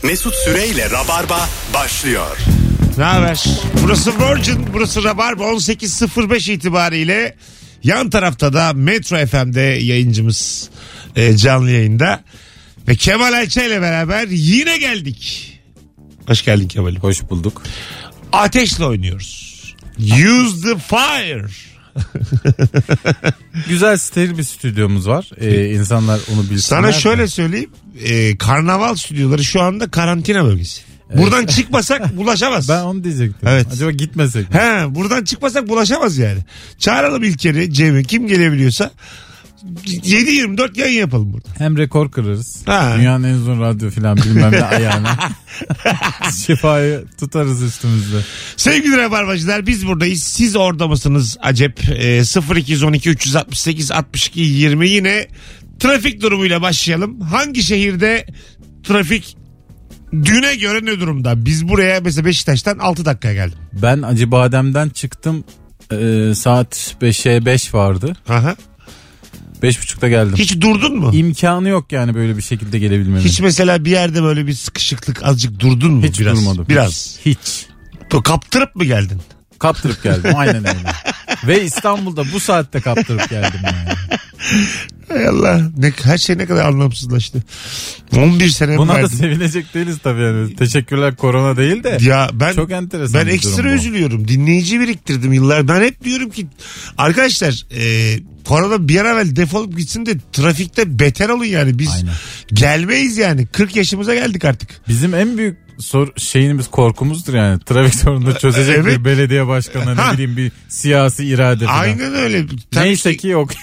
Mesut Süreyle Rabarba başlıyor. Ne haber? Burası Virgin, burası Rabarba. 18.05 itibariyle yan tarafta da Metro FM'de yayıncımız canlı yayında. Ve Kemal Ayça ile beraber yine geldik. Hoş geldin Kemal'im. Hoş bulduk. Ateşle oynuyoruz. Use the fire. Güzel steril bir stüdyomuz var. İnsanlar onu bilsinler. Sana şöyle söyleyeyim. Karnaval stüdyoları şu anda karantina bölgesi. Evet. Buradan çıkmasak bulaşamaz. Ben onu diyecektim. Evet. Acaba gitmesek mi? He, buradan çıkmasak bulaşamaz yani. Çağıralım İlker'i, Cem'i, kim gelebiliyorsa. 7-24 yayın yapalım burada. Hem rekor kırarız. Ha. Dünyanın en uzun radyo filan bilmem ne ayağına. Şifayı tutarız üstümüzde. Sevgili Rabarbacılar, biz buradayız. Siz orada mısınız acep? 0212 368 62 20 yine trafik durumuyla başlayalım. Hangi şehirde trafik düne göre ne durumda? Biz buraya mesela Beşiktaş'tan 6 dakikaya geldim. Ben Acıbadem'den çıktım. Saat 5'e 5 vardı. Aha. 5.30'da geldim. Hiç durdun mu? İmkanı yok yani böyle bir şekilde gelebilmemin. Hiç mesela bir yerde böyle bir sıkışıklık azıcık durdun mu? Hiç biraz, durmadım. Biraz. Hiç. Kaptırıp mı geldin? Kaptırıp geldim. Aynen öyle. Ve İstanbul'da bu saatte kaptırıp geldim yani. Hay Allah. Her şey ne kadar anlamsızlaştı. 11 sene buna verdim. da sevinecek değiliz tabii yani. Teşekkürler korona değil de. Ya ben çok enteresan. Ben ekstra üzülüyorum. Dinleyici biriktirdim yıllar. Ben hep diyorum ki arkadaşlar korona bir an evvel defolup gitsin de trafikte beter olun yani. Biz aynen gelmeyiz yani. 40 yaşımıza geldik artık. Bizim en büyük şeyimiz, korkumuzdur yani. Trafik sorununu çözecek evet, bir belediye başkanı, ne bileyim bir siyasi irade falan. Aynen öyle. Tabii neyse ki yok.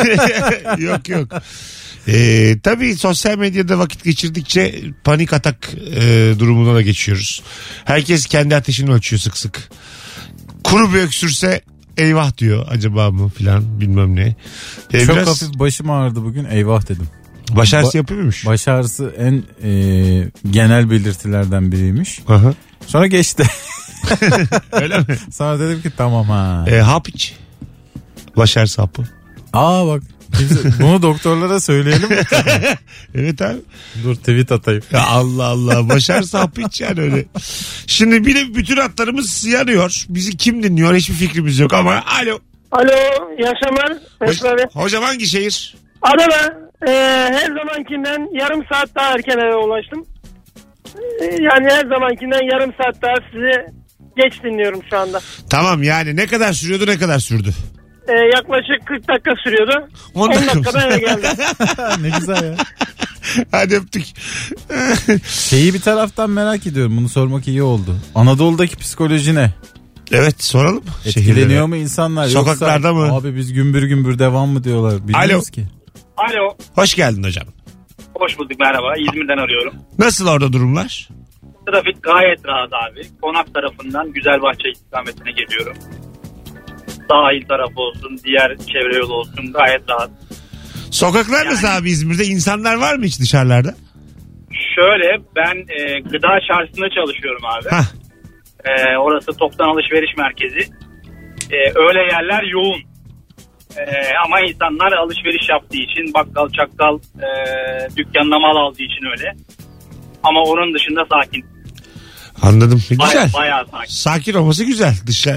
yok. Tabii sosyal medyada vakit geçirdikçe panik atak durumuna da geçiyoruz. Herkes kendi ateşini ölçüyor sık sık. Kuru bir öksürse eyvah diyor, acaba mı filan bilmem ne. Çok biraz hafif başım ağrıdı bugün, eyvah dedim. Baş ağrısı yapıyormuş. Baş ağrısı en genel belirtilerden biriymiş. Aha. Sonra geçti. Öyle mi? Sonra dedim ki tamam ha. Hap iç. Baş ağrısı hapı. Aa bak. Bunu doktorlara söyleyelim mi? Evet abi. Dur tweet atayım. Ya Allah Allah. Baş ağrısı hapı iç yani öyle. Şimdi bir de bütün hatlarımız yanıyor. Bizi kim dinliyor hiçbir fikrimiz yok ama alo. Alo, iyi akşamlar. Hocam hangi şehir? Adana. Her zamankinden yarım saat daha erken eve ulaştım. Yani her zamankinden yarım saat daha sizi geç dinliyorum şu anda. Tamam, yani ne kadar sürüyordu, ne kadar sürdü? Yaklaşık 40 dakika sürüyordu. 10 dakikada eve geldim. Ne güzel ya. Hadi öptük. Şeyi bir taraftan merak ediyorum, bunu sormak iyi oldu. Anadolu'daki psikoloji ne? Evet, soralım. Etkileniyor mu insanlar? Sokaklarda yoksa, mı? Abi biz gümbür gümbür devam mı diyorlar? Bilmiyoruz ki. Alo. Hoş geldin hocam. Hoş bulduk, merhaba. İzmir'den arıyorum. Nasıl orada durumlar? Trafik gayet rahat abi. Konak tarafından Güzelbahçe istikametine geliyorum. Sahil tarafı olsun, diğer çevre yolu olsun, gayet rahat. Sokaklar nasıl abi İzmir'de? İnsanlar var mı hiç dışarılarda? Şöyle, ben gıda çarşısında çalışıyorum abi. Orası toptan alışveriş merkezi. Öyle yerler yoğun. Ama insanlar alışveriş yaptığı için, bakkal çakkal dükkanına mal aldığı için öyle. Ama onun dışında sakin. Anladım. Güzel. Bayağı sakin. Sakin olması güzel.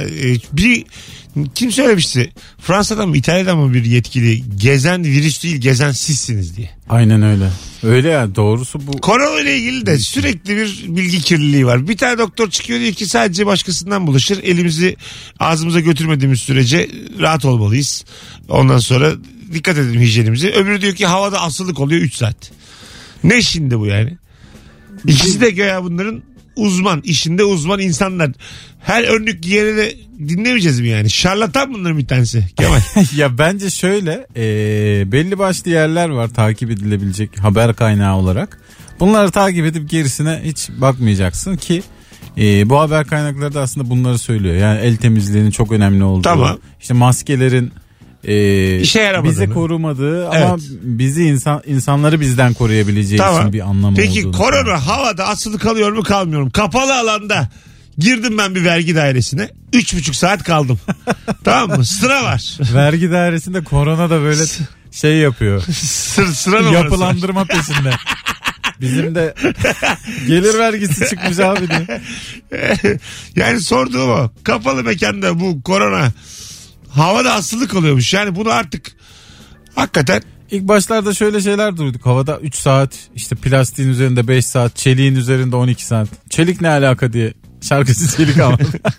Kim söylemişti? Fransa'dan mı İtalya'dan mı bir yetkili, gezen virüs değil gezen sizsiniz diye. Aynen öyle. Öyle ya, doğrusu bu. Korona ile ilgili de sürekli bir bilgi kirliliği var. Bir tane doktor çıkıyor diyor ki sadece başkasından bulaşır. Elimizi ağzımıza götürmediğimiz sürece rahat olmalıyız. Ondan sonra dikkat edelim hijyenimize. Öbürü diyor ki havada asılık oluyor 3 saat. Ne şimdi bu yani? İkisi de göya bunların uzman, işinde uzman insanlar. Her önlük giyeni de dinlemeyeceğiz mi yani? Şarlatan bunların bir tanesi Kemal. Ya bence şöyle, belli başlı yerler var takip edilebilecek haber kaynağı olarak. Bunları takip edip gerisine hiç bakmayacaksın ki bu haber kaynakları da aslında bunları söylüyor. Yani el temizliğinin çok önemli olduğu. Tamam. İşte maskelerin İşe yaramadığını, bize korumadığı, evet, ama bizi insanları bizden koruyabileceği için bir anlamı olduğunu. Peki korona havada asılı kalıyor mu kalmıyor mu? Kapalı alanda girdim ben bir vergi dairesine. 3,5 saat kaldım. Tamam mı? Sıra var. Vergi dairesinde korona da böyle şey yapıyor. Sıra yapılandırma peşinde. Bizim de gelir vergisi çıkmış abi diye. Yani sorduğum o. Kapalı mekanda bu korona havada hastalık oluyormuş. Yani bunu artık hakikaten İlk başlarda şöyle şeyler duyduk. Havada 3 saat, işte plastiğin üzerinde 5 saat, çeliğin üzerinde 12 saat. Çelik ne alaka diye. Şarkısı Çelik ama.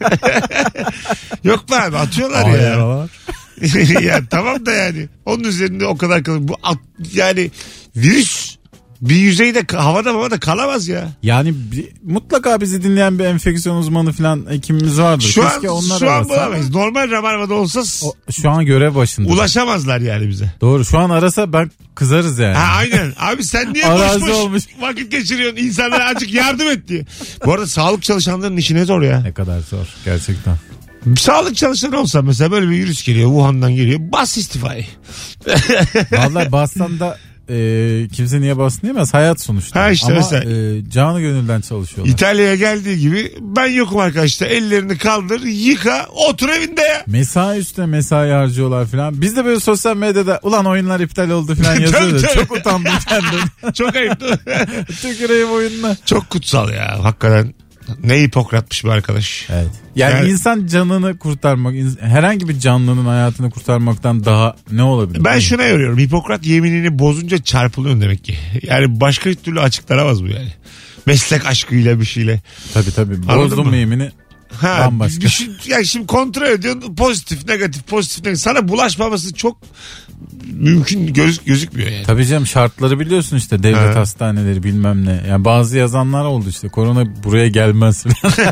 yok be abi, atıyorlar ya. Ya tamam da yani onun üzerinde o kadar kalır. Bu yani virüs bir yüzeyde havada kalamaz ya. Yani mutlaka bizi dinleyen bir enfeksiyon uzmanı falan hekimimiz vardır. Şu an bulamayız. Normal Rabarba'da olsa şu an görev başında. Ulaşamazlar yani bize. Doğru, şu an arasa ben kızarız yani. Ha, aynen. Abi sen niye boş vakit geçiriyorsun? İnsanlara azıcık yardım et diye. Bu arada sağlık çalışanlarının işi ne zor ya. Ne kadar zor gerçekten. Sağlık çalışanı olsa mesela böyle bir virüs geliyor, Wuhan'dan geliyor, bas istifayı. Vallahi bassan da kimse niye bassın diyemez, hayat sonuçta. Ha işte ama mesela, canı gönülden çalışıyorlar. İtalya'ya geldiği gibi ben yokum arkadaşlar, ellerini kaldır, yıka, otur evinde ya. Mesai üstüne mesai harcıyorlar falan. Biz de böyle sosyal medyada ulan oyunlar iptal oldu falan yazıyoruz. Çok utandım kendim. Çok ayıp. Tüküreyim oyununa. Çok kutsal ya hakikaten. Ne Hipokratmış bu arkadaş. Evet. Yani insan canını kurtarmak, herhangi bir canlının hayatını kurtarmaktan daha ne olabilir? Ben şuna yoruyorum. Hipokrat yeminini bozunca çarpılıyor demek ki. Yani başka türlü açıklanamaz bu yani. Meslek aşkıyla bir şeyle. Tabii. Bozdum mu yemini? Bambaşka. Düşün, yani şimdi kontrol ediyorsun, pozitif negatif. Sana bulaşmaması çok mümkün gözükmüyor yani. Tabii canım, şartları biliyorsun işte, devlet hastaneleri bilmem ne. Yani bazı yazanlar oldu işte, korona buraya gelmez falan.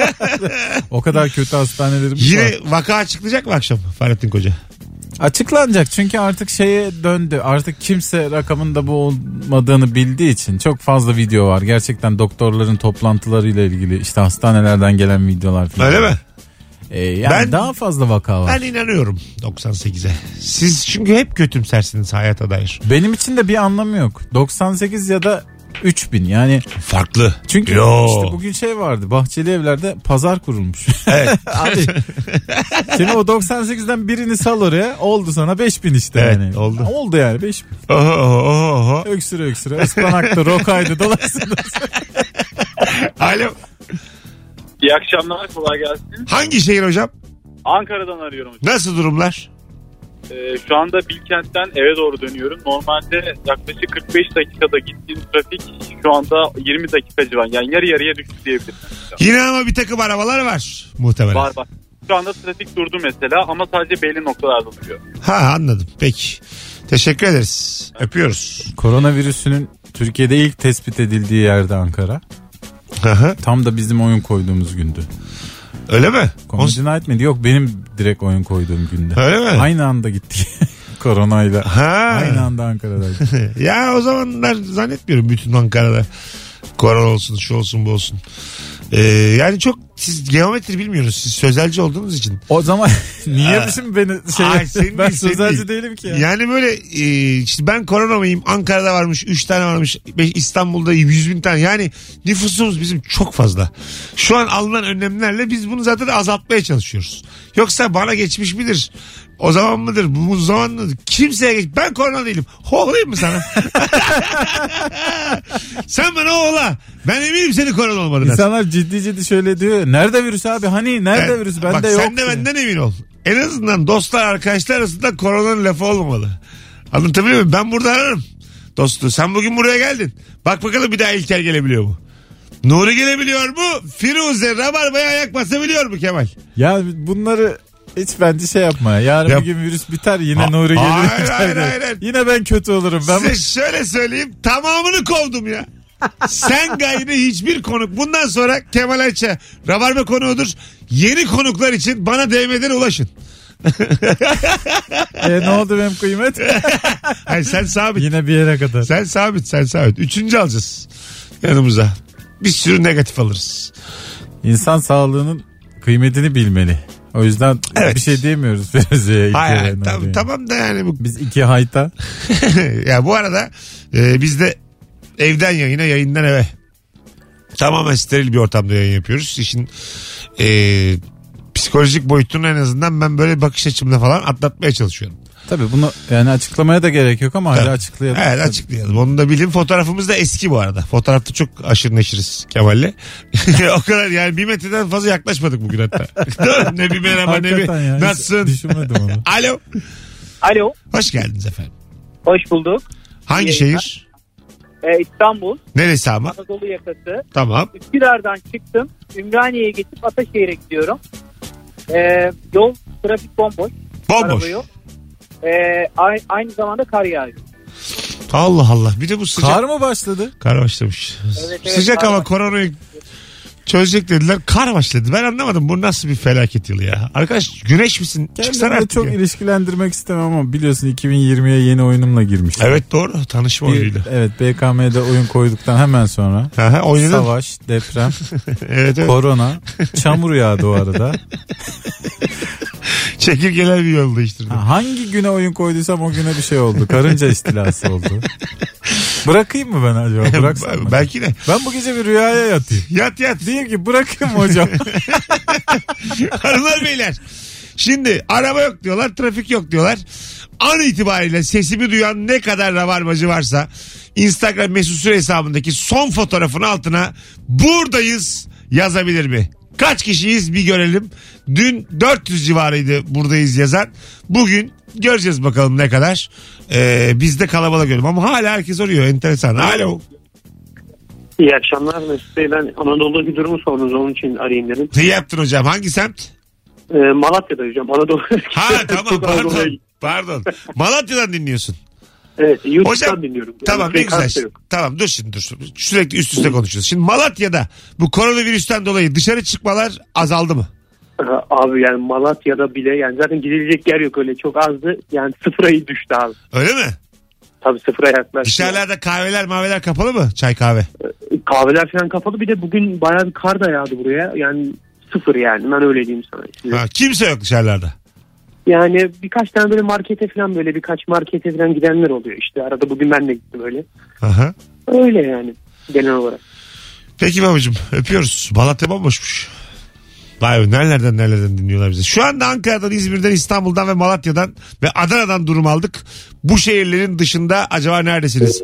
O kadar kötü hastanelerimiz Yine var. vaka açıklayacak mı akşam Fahrettin Koca? Açıklanacak çünkü artık şeye döndü. Artık kimse rakamın bu olmadığını bildiği için çok fazla video var. Gerçekten doktorların toplantılarıyla ilgili, işte hastanelerden gelen videolar falan. Öyle mi? Yani daha fazla vaka var. Ben inanıyorum 98'e. Siz çünkü hep kötümsersiniz hayata dair. Benim için de bir anlamı yok. 98 ya da 3000 yani. Farklı. Çünkü işte bugün şey vardı. Bahçeli Evler'de pazar kurulmuş. Evet. Abi, şimdi o 98'den birini sal oraya, oldu sana 5000 işte. Evet, yani. oldu. Oldu yani 5000. Oho. Öksüre ıspanakta rokaydı dolaşsın. Alo. İyi akşamlar, kolay gelsin. Hangi şehir hocam? Ankara'dan arıyorum hocam. Nasıl durumlar? Şu anda Bilkent'ten eve doğru dönüyorum. Normalde yaklaşık 45 dakikada gittiğim trafik şu anda 20 dakika civarı. Yani yarı yarıya düştü diyebilirim. Yine ama bir takım arabalar var muhtemelen. Var. Şu anda trafik durdu mesela ama sadece belli noktalarda duruyor. Anladım. Peki. Teşekkür ederiz. Öpüyoruz. Koronavirüsünün Türkiye'de ilk tespit edildiği yerde Ankara. Tam da bizim oyun koyduğumuz gündü. Öyle mi? Comedy Night miydi? Yok, benim direkt oyun koyduğum günde. Öyle mi? Aynı anda gittik. Koronayla. Aynı anda Ankara'daydık. Ya o zamanlar zannetmiyorum bütün Ankara'da korona olsun, şu olsun, bu olsun. Yani çok siz geometri bilmiyorsunuz. Siz sözelci olduğunuz için. O zaman niye şimdi beni ben sözelci değil. değilim ki. Yani böyle işte ben korona mıyım? Ankara'da varmış 3 tane varmış. İstanbul'da 100.000 tane. Yani nüfusumuz bizim çok fazla. Şu an alınan önlemlerle biz bunu zaten azaltmaya çalışıyoruz. Yoksa bana geçmiş midir? O zaman mıdır? Bu zaman mıdır? Kimseye geç. Ben korona değilim. Olayım mı sana? Sen bana ola. Ben eminim senin korona olmadığına. İnsanlar ciddi şöyle diyor. Nerede virüs abi? Hani nerede virüs? Bende bak, yok. Sen de benden emin ol. En azından dostlar, arkadaşlar arasında koronanın lafı olmamalı. Anlatabiliyor muyum? Ben burada ararım. Dostu sen bugün buraya geldin. Bak bakalım bir daha İlker gelebiliyor mu? Nuri gelebiliyor mu? Firuze Rabarba'ya ayak basabiliyor mu Kemal? Ya bunları hiç bence şey yapma. Yarın bir gün virüs biter, yine Nuri gelir. Hayır. Yine ben kötü olurum. Size şöyle söyleyeyim, tamamını kovdum ya. Sen gayrı hiçbir konuk. Bundan sonra Kemal Ayça Rabarba konuğudur. Yeni konuklar için bana DM'den ulaşın. Ne oldu benim kıymet? Hayır, sen sabit. Yine bir yere kadar. Sen sabit. Üçüncü alacağız yanımıza. Bir sürü negatif alırız. İnsan sağlığının kıymetini bilmeli. O yüzden bir şey diyemiyoruz Firuze'ye. Hayır, tamam da yani. Biz iki hayta. Ya bu arada biz de evden yayından eve. Tamamen steril bir ortamda yayın yapıyoruz. İşin psikolojik boyutunu en azından ben böyle bakış açımda falan atlatmaya çalışıyorum. Tabii bunu yani açıklamaya da gerek yok ama hala açıklayalım. Evet, açıklayalım. Onu da bilin. Fotoğrafımız da eski bu arada. Fotoğrafta çok aşırı neşiriz Kemal'le. O kadar yani 1 metreden fazla yaklaşmadık bugün hatta. Ne bir merhaba ne bir Yani. nasılsın? Düşünmedim onu. Alo. Alo. Hoş geldiniz efendim. Hoş bulduk. Hangi şehir? İstanbul. Neresi ama? Anadolu yakası. Tamam. Üsküdar'dan çıktım. Ümraniye'ye geçip Ataşehir'e gidiyorum. Yol trafik bomboş. Bomboş. Araba yok. Aynı zamanda kar yağıyor. Allah Allah. Bir de bu sıcak. Kar mı başladı? Kar başlamış. Evet, Sıcak kar hava başladı. koronayı çözecek dediler. Kar başladı. Ben anlamadım. Bu nasıl bir felaket yılı ya? Arkadaş güneş misin? Çıksana Kendimi artık çok ya. ilişkilendirmek istemem ama biliyorsun 2020'ye yeni oyunumla girmiştim. Evet doğru. Tanışma oyunuyla. Evet, BKM'de oyun koyduktan hemen sonra Aha, oynadın. savaş, deprem, Evet. korona, çamur yağdı o arada. Çekirgeler bir yol değiştirdi. Hangi güne oyun koyduysam o güne bir şey oldu. Karınca istilası oldu. Bırakayım mı ben acaba? Bıraksam mı? Belki de. Ben bu gece bir rüyaya yatayım. Yat. Diyeyim ki bırakayım mı hocam? Hanımlar beyler. Şimdi araba yok diyorlar, trafik yok diyorlar. An itibariyle sesimi duyan ne kadar rabarbacı varsa Instagram mesut süre hesabındaki son fotoğrafın altına buradayız yazabilir mi? Kaç kişiyiz bir görelim. Dün 400 civarıydı buradayız yazan. Bugün göreceğiz bakalım ne kadar. Biz de kalabalık görelim ama hala herkes arıyor. Enteresan. Alo. İyi akşamlar Mesut Bey. Ben Anadolu'daki durumu sordunuz, onun için arayayım dedim. Ne yaptın hocam? Hangi semt? Malatya'da hocam. Anadolu. Ha tamam pardon. Malatya'dan dinliyorsun. Evet, YouTube'dan Hocam, dinliyorum. Yani tamam ne frekans güzel. da yok. Tamam dur. Sürekli üst üste konuşuyoruz. Şimdi Malatya'da bu koronavirüsten dolayı dışarı çıkmalar azaldı mı? Abi yani Malatya'da bile yani zaten gidilecek yer yok, öyle çok azdı. Yani sıfıra düştü abi. Öyle mi? Tabii sıfıra yaklaştı. Dışarılarda kahveler kapalı mı? Çay kahve. Kahveler falan kapalı, bir de bugün bayağı bir kar da yağdı buraya. Yani sıfır yani, ben öyle diyeyim sana. Şimdi. Ha, kimse yok dışarılarda. Yani birkaç tane böyle markete falan, böyle birkaç markete falan gidenler oluyor işte. Arada bugün ben de gittim öyle. Aha. Öyle yani genel olarak. Peki babacığım öpüyoruz. Malatya bomboşmuş. Vay be, nerelerden dinliyorlar bizi. Şu anda Ankara'dan, İzmir'den, İstanbul'dan ve Malatya'dan ve Adana'dan durum aldık. Bu şehirlerin dışında acaba neredesiniz?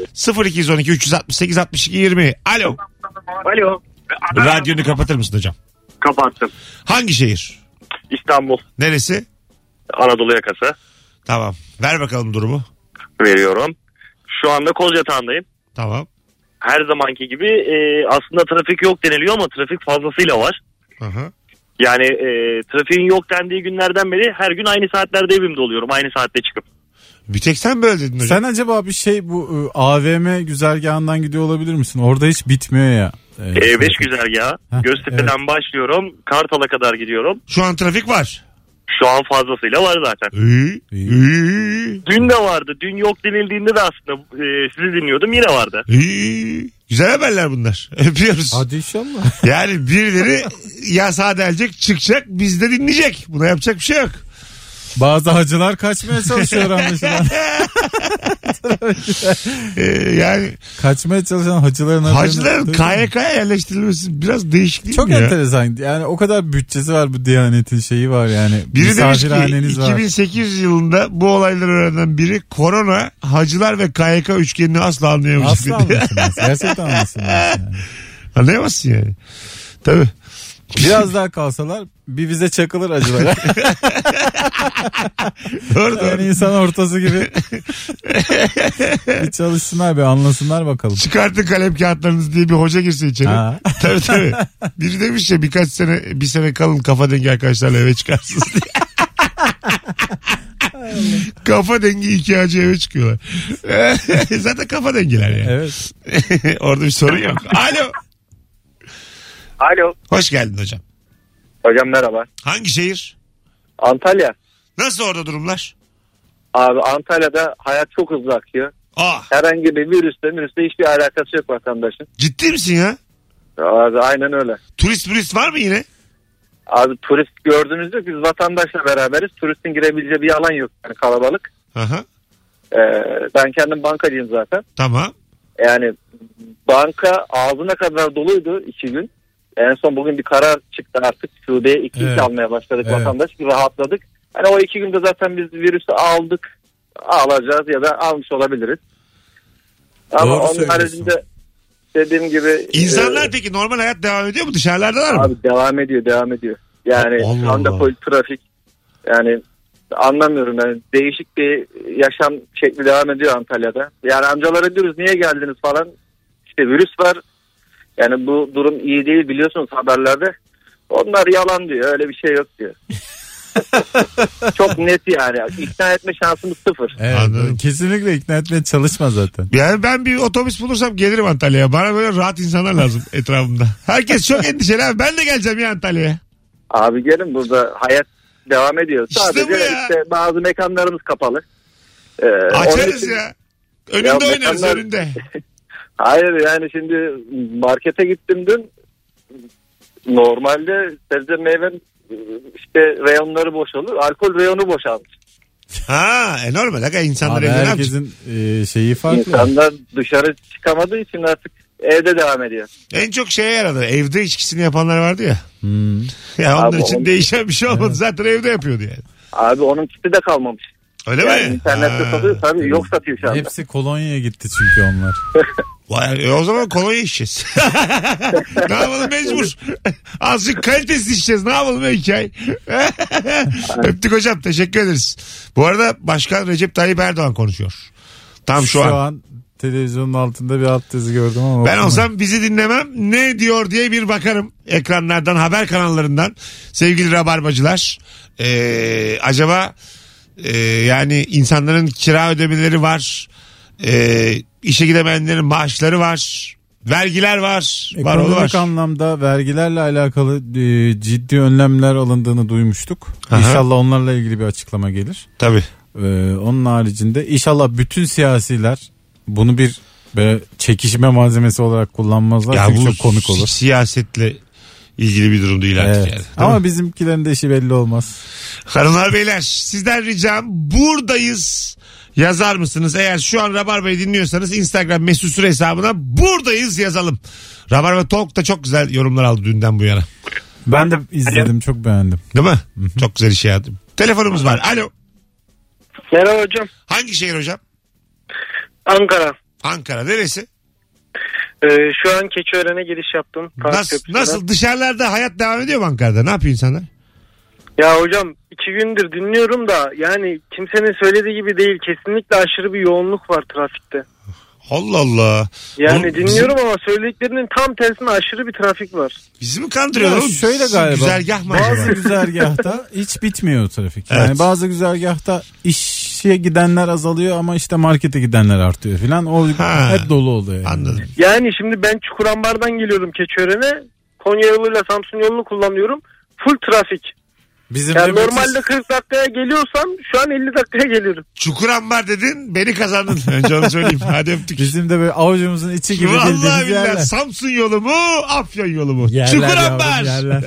0212 368 62 20. Alo. Alo. Radyonu kapatır mısın hocam? Kapattım. Hangi şehir? İstanbul. Neresi? Anadolu yakası. Tamam. Ver bakalım durumu. Veriyorum. Şu anda Kozyatağı'ndayım. Tamam. Her zamanki gibi aslında trafik yok deniliyor ama trafik fazlasıyla var. Aha. Yani trafiğin yok dendiği günlerden beri her gün aynı saatlerde evimde oluyorum. Aynı saatte çıkıp. Bir tek sen böyle dedin hocam. Sen acaba bir şey bu AVM güzergahından gidiyor olabilir misin? Orada hiç bitmiyor ya. E5 güzergahı. Göztepe'den başlıyorum. Kartal'a kadar gidiyorum. Şu an trafik var. Şu an fazlasıyla var zaten. Dün de vardı. Dün yok denildiğinde de aslında sizi dinliyordum, yine vardı. Güzel haberler bunlar. Öpüyoruz. Hadi inşallah. Yani birileri yasağa delecek, çıkacak, biz de dinleyecek. Buna yapacak bir şey yok. Bazı hacılar kaçmaya çalışıyor anlaşılan. Yani Kaçmaya çalışan hacıların KYK'ya yerleştirilmesi biraz değişik değil çok mi ya? enteresan. Yani o kadar bütçesi var bu Diyanet'in, şeyi var yani. Biri demiş ki var. 2008 yılında bu olayları öğrenen biri korona, hacılar ve KYK üçgenini asla anlayamayacak. Asla anlaşılmaz. Gerçekten anlaşılmaz yani. Anlayamazsın yani. Tabii. Biraz daha kalsalar bir vize çakılır acılara. Doğru. Yani insan ortası gibi. Bir çalışsınlar, bir anlasınlar bakalım. Çıkartın kalem kağıtlarınızı diye bir hoca girse içeri. Ha. Tabii. Biri demiş ya bir sene kalın kafa dengi arkadaşlarla eve çıkarsınız diye. Kafa dengi iki hacı eve çıkıyorlar. Zaten kafa dengiler yani. Evet. Orada bir sorun yok. Alo. Alo. Hoş geldin hocam. Hocam merhaba. Hangi şehir? Antalya. Nasıl orada durumlar? Abi Antalya'da hayat çok hızlı akıyor. Herhangi bir virüsle hiçbir alakası yok vatandaşın. Ciddi misin ya? Abi aynen öyle. Turist var mı yine? Abi turist gördüğünüzde biz vatandaşla beraberiz. Turistin girebileceği bir alan yok. Yani kalabalık. Aha. Ben kendim bankacıyım zaten. Tamam. Yani banka ağzına kadar doluydu 2 gün. En son bugün bir karar çıktı artık. Şubeye 2 almaya başladık vatandaş. Bir rahatladık. Hani o 2 günde zaten biz virüsü alacağız ya da almış olabiliriz. Ama Doğru onun haricinde dediğim gibi. İnsanlar peki normal hayat devam ediyor mu? Dışarılardalar mı? Abi devam ediyor. Yani Allah şu anda Allah. full trafik. Yani anlamıyorum, yani değişik bir yaşam şekli devam ediyor Antalya'da. Yani amcalara diyoruz niye geldiniz falan. İşte virüs var. Yani bu durum iyi değil biliyorsunuz haberlerde. Onlar yalan diyor, öyle bir şey yok diyor. Çok net yani. İkna etme şansımız sıfır. Evet, Anladım. kesinlikle ikna etmeye çalışma zaten. Yani ben bir otobüs bulursam gelirim Antalya'ya. Bana böyle rahat insanlar lazım etrafımda. Herkes çok endişeli abi. Ben de geleceğim ya Antalya'ya. Abi gelin, burada hayat devam ediyor. İşte Sadece bu ya. işte bazı mekanlarımız kapalı. Açarız Onun için- ya. Önünde Ya oynarız mekanlar- önünde. Hayır yani şimdi markete gittim dün. Normalde sebze meyve işte reyonları boşalır. Alkol reyonu boşalmış. Ha normal. Aga insanlar Abi evde ne yapacak? herkesin şeyi farklı. İnsanlar dışarı çıkamadığı için artık evde devam ediyor. En çok şeye yaradı. Evde içkisini yapanlar vardı ya. Ya onlar Abi için onun- değişen bir şey olmadı. Zaten evde yapıyordu yani. Abi onun kiti de kalmamış. Öyle Yani mi? internette Ha. satıyor tabii, yok satıyor şu anda. Hepsi kolonyaya gitti çünkü onlar. Vay, o zaman kolonya içeceğiz. Ne yapalım mecbur. Azıcık kalitesiz içeceğiz. Ne yapalım hikaye? Öptük hocam. Teşekkür ederiz. Bu arada Başkan Recep Tayyip Erdoğan konuşuyor. Tam şu an. Televizyonun altında bir alt yazı gördüm ama. Ben okumadım. olsam bizi dinlemem. Ne diyor diye bir bakarım. Ekranlardan, haber kanallarından. Sevgili rabarbacılar. Acaba yani insanların kira ödemeleri var. İşe gidemeyenlerin maaşları var. Vergiler var. Var oğlu var. Ekonomik anlamda vergilerle alakalı ciddi önlemler alındığını duymuştuk. Aha. İnşallah onlarla ilgili bir açıklama gelir. Tabii. Onun haricinde inşallah bütün siyasiler bunu bir böyle çekişme malzemesi olarak kullanmazlar. Ya Çünkü bu çok komik olur. siyasetle ilgili bir durum değil artık Evet. yani. Değil Ama mi? bizimkilerin de işi belli olmaz. Hanımlar beyler sizden ricam buradayız yazar mısınız? Eğer şu an Rabarba'yı dinliyorsanız Instagram mesut süre hesabına buradayız yazalım. Rabarba Talk'ta çok güzel yorumlar aldı dünden bu yana. Ben de izledim, çok beğendim. Değil mi? Çok güzel iş yaptım. Telefonumuz var. Alo. Merhaba hocam. Hangi şehir hocam? Ankara. Ankara. Neresi? Şu an Keçiören'e giriş yaptım. Nasıl? Dışarılarda hayat devam ediyor mu Ankara'da? Ne yapıyor insanlar? Ya hocam 2 gündür dinliyorum da yani kimsenin söylediği gibi değil. Kesinlikle aşırı bir yoğunluk var trafikte. Allah Allah. Yani Oğlum, dinliyorum ama söylediklerinin tam tersine aşırı bir trafik var. Bizi mi kandırıyorlar Ya oğlum? şöyle galiba. Güzergah mı Bazı acaba? güzergahta hiç bitmiyor trafik. Yani Evet. bazı güzergahta işe gidenler azalıyor ama işte markete gidenler artıyor filan. O Ha. hep dolu oluyor. Yani. Anladım. Yani şimdi ben Çukurambar'dan geliyorum Keçiören'e. Konya yoluyla Samsun yolunu kullanıyorum. Full trafik. Bizim Yani de normalde 40 dakikaya geliyorsam şu an 50 dakikaya geliyorum. Çukurambar dedin beni kazandın. Önce onu söyleyeyim. Hadi öptük. bizim de böyle avucumuzun içi gibi Vallahi bildiğimiz billahi yerler. Samsun yolu mu Afyon yolu mu? Yerler Çukurambar. yavrum, yerler.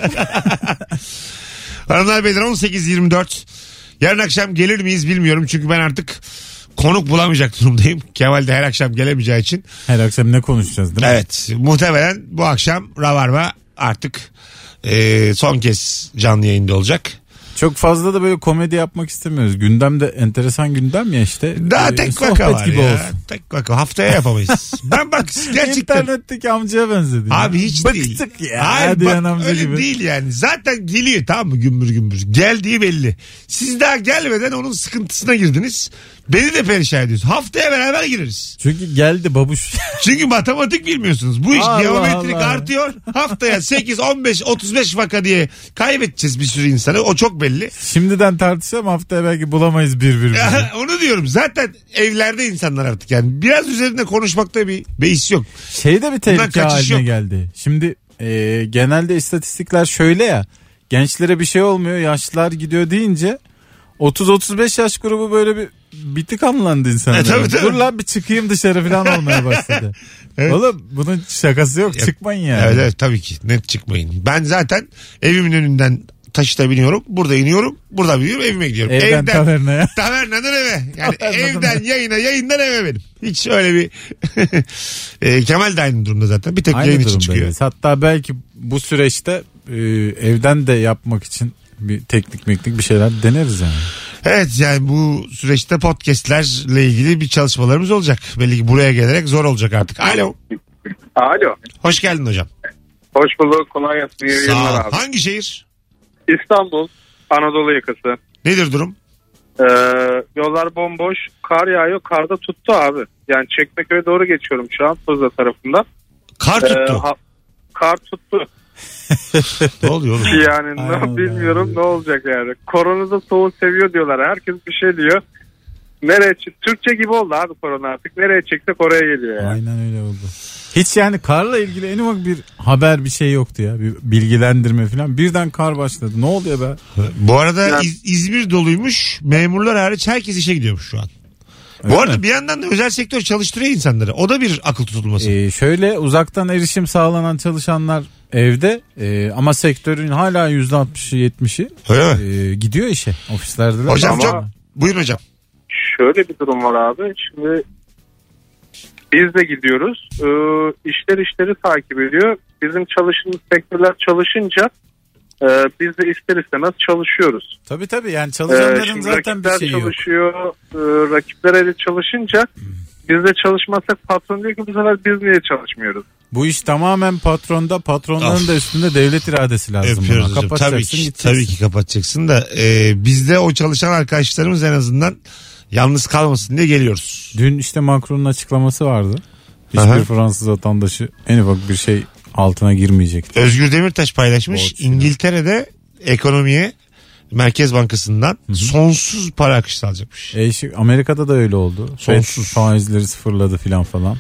Hanımlar beyler 18.24. Yarın akşam gelir miyiz bilmiyorum. Çünkü ben artık konuk bulamayacak durumdayım. Kemal de her akşam gelemeyeceği için. Her akşam ne konuşacağız değil mi? Evet muhtemelen bu akşam Rabarba artık son kez canlı yayında olacak. Çok fazla da böyle komedi yapmak istemiyoruz. Gündem de enteresan gündem ya işte. Daha tek sohbet vaka var gibi ya. olsun. Tek vaka. Haftaya yapamayız. Ben bak gerçekten. İnternetteki amcaya benzedi. Abi hiç değil. Bıktık ya. Hayır, Diyen bak, amca öyle gibi. değil yani. Zaten geliyor tamam mı gümbür gümbür. Geldiği belli. Siz daha gelmeden onun sıkıntısına girdiniz. Beni de perişan ediyorsun. Haftaya beraber gireriz. Çünkü geldi babuş. Çünkü matematik bilmiyorsunuz. Bu iş Allah geometrik Allah. artıyor. Haftaya 8, 15, 35 vaka diye kaybedeceğiz bir sürü insanı. O çok belli. Şimdiden tartışalım, haftaya belki bulamayız birbirimizi. Onu diyorum. Zaten evlerde insanlar artık yani. Biraz üzerinde konuşmakta bir beis yok. Şey de bir tehlike kaçış haline yok. geldi. Şimdi genelde istatistikler şöyle ya. Gençlere bir şey olmuyor, yaşlılar gidiyor deyince 30-35 yaş grubu böyle bir bitik anlandı insanlar. tabii. Dur lan bir çıkayım dışarı falan olmaya başladı. Evet. Oğlum bunun şakası yok, çıkmayın yani. Evet evet tabii ki net çıkmayın. Ben zaten evimin önünden taşıta biniyorum. Burada iniyorum. Burada biniyorum evime gidiyorum. Evden tavernaya. Tavernadan eve. Yani Tavernadan evden yayına yayından eve benim. Hiç öyle bir Kemal de aynı durumda zaten. Bir tek Aynı yayın için durumdayız. çıkıyor. Hatta belki bu süreçte evden de yapmak için Bir teknik bir şeyler deneriz yani. Evet yani bu süreçte podcastlerle ilgili bir çalışmalarımız olacak. Belli ki buraya gelerek zor olacak artık. Alo. Alo. Hoş geldin hocam. Hoş bulduk. Kolay gelsin. İyi yayınlar abi. Hangi şehir? İstanbul. Anadolu yakası. Nedir durum? Yollar bomboş. Kar yağıyor. Karda tuttu abi. Yani Çekmeköy'e doğru geçiyorum şu an. Tuzla tarafından. Kar tuttu. Kar tuttu. Ne oluyor oğlum? Yani bilmiyorum ne olacak yani. Koronada soğuğu seviyor diyorlar. Herkes bir şey diyor. Türkçe gibi oldu abi korona artık. Nereye çeksek oraya geliyor yani. Aynen öyle oldu. Hiç yani karla ilgili en ufak bir haber bir şey yoktu ya. Bir bilgilendirme falan. Birden kar başladı. Ne oluyor be? Bu arada Yani... İzmir doluymuş. Memurlar hariç herkes işe gidiyormuş şu an. Bu arada bir yandan da özel sektör çalıştırıyor insanları. O da bir akıl tutulması. Şöyle uzaktan erişim sağlanan çalışanlar evde ama sektörün hala %60'ı 70'i gidiyor işe. Ofislerde. Hocam çok buyurun hocam. Şöyle bir durum var abi. Şimdi biz de gidiyoruz. İşleri takip ediyor. Bizim çalıştığımız sektörler çalışınca biz de ister istemez çalışıyoruz. Tabii yani çalışanların zaten bir şeyi yok. Çalışıyor. Rakipler eli çalışınca biz de çalışmazsak patron diyor ki bu sefer biz niye çalışmıyoruz? Bu iş tamamen patronda. Patronların da üstünde devlet iradesi lazım. Tabii ki kapatacaksın da bizde o çalışan arkadaşlarımız en azından yalnız kalmasın diye geliyoruz. Dün işte Macron'un açıklaması vardı. Hiçbir Fransız vatandaşı en ufak bir şey altına girmeyecek. Özgür Demirtaş paylaşmış. İngiltere'de ekonomiye Merkez Bankası'ndan sonsuz para akışı sağlayacakmış. Amerika'da da öyle oldu. Sonsuz. Faizleri sıfırladı falan.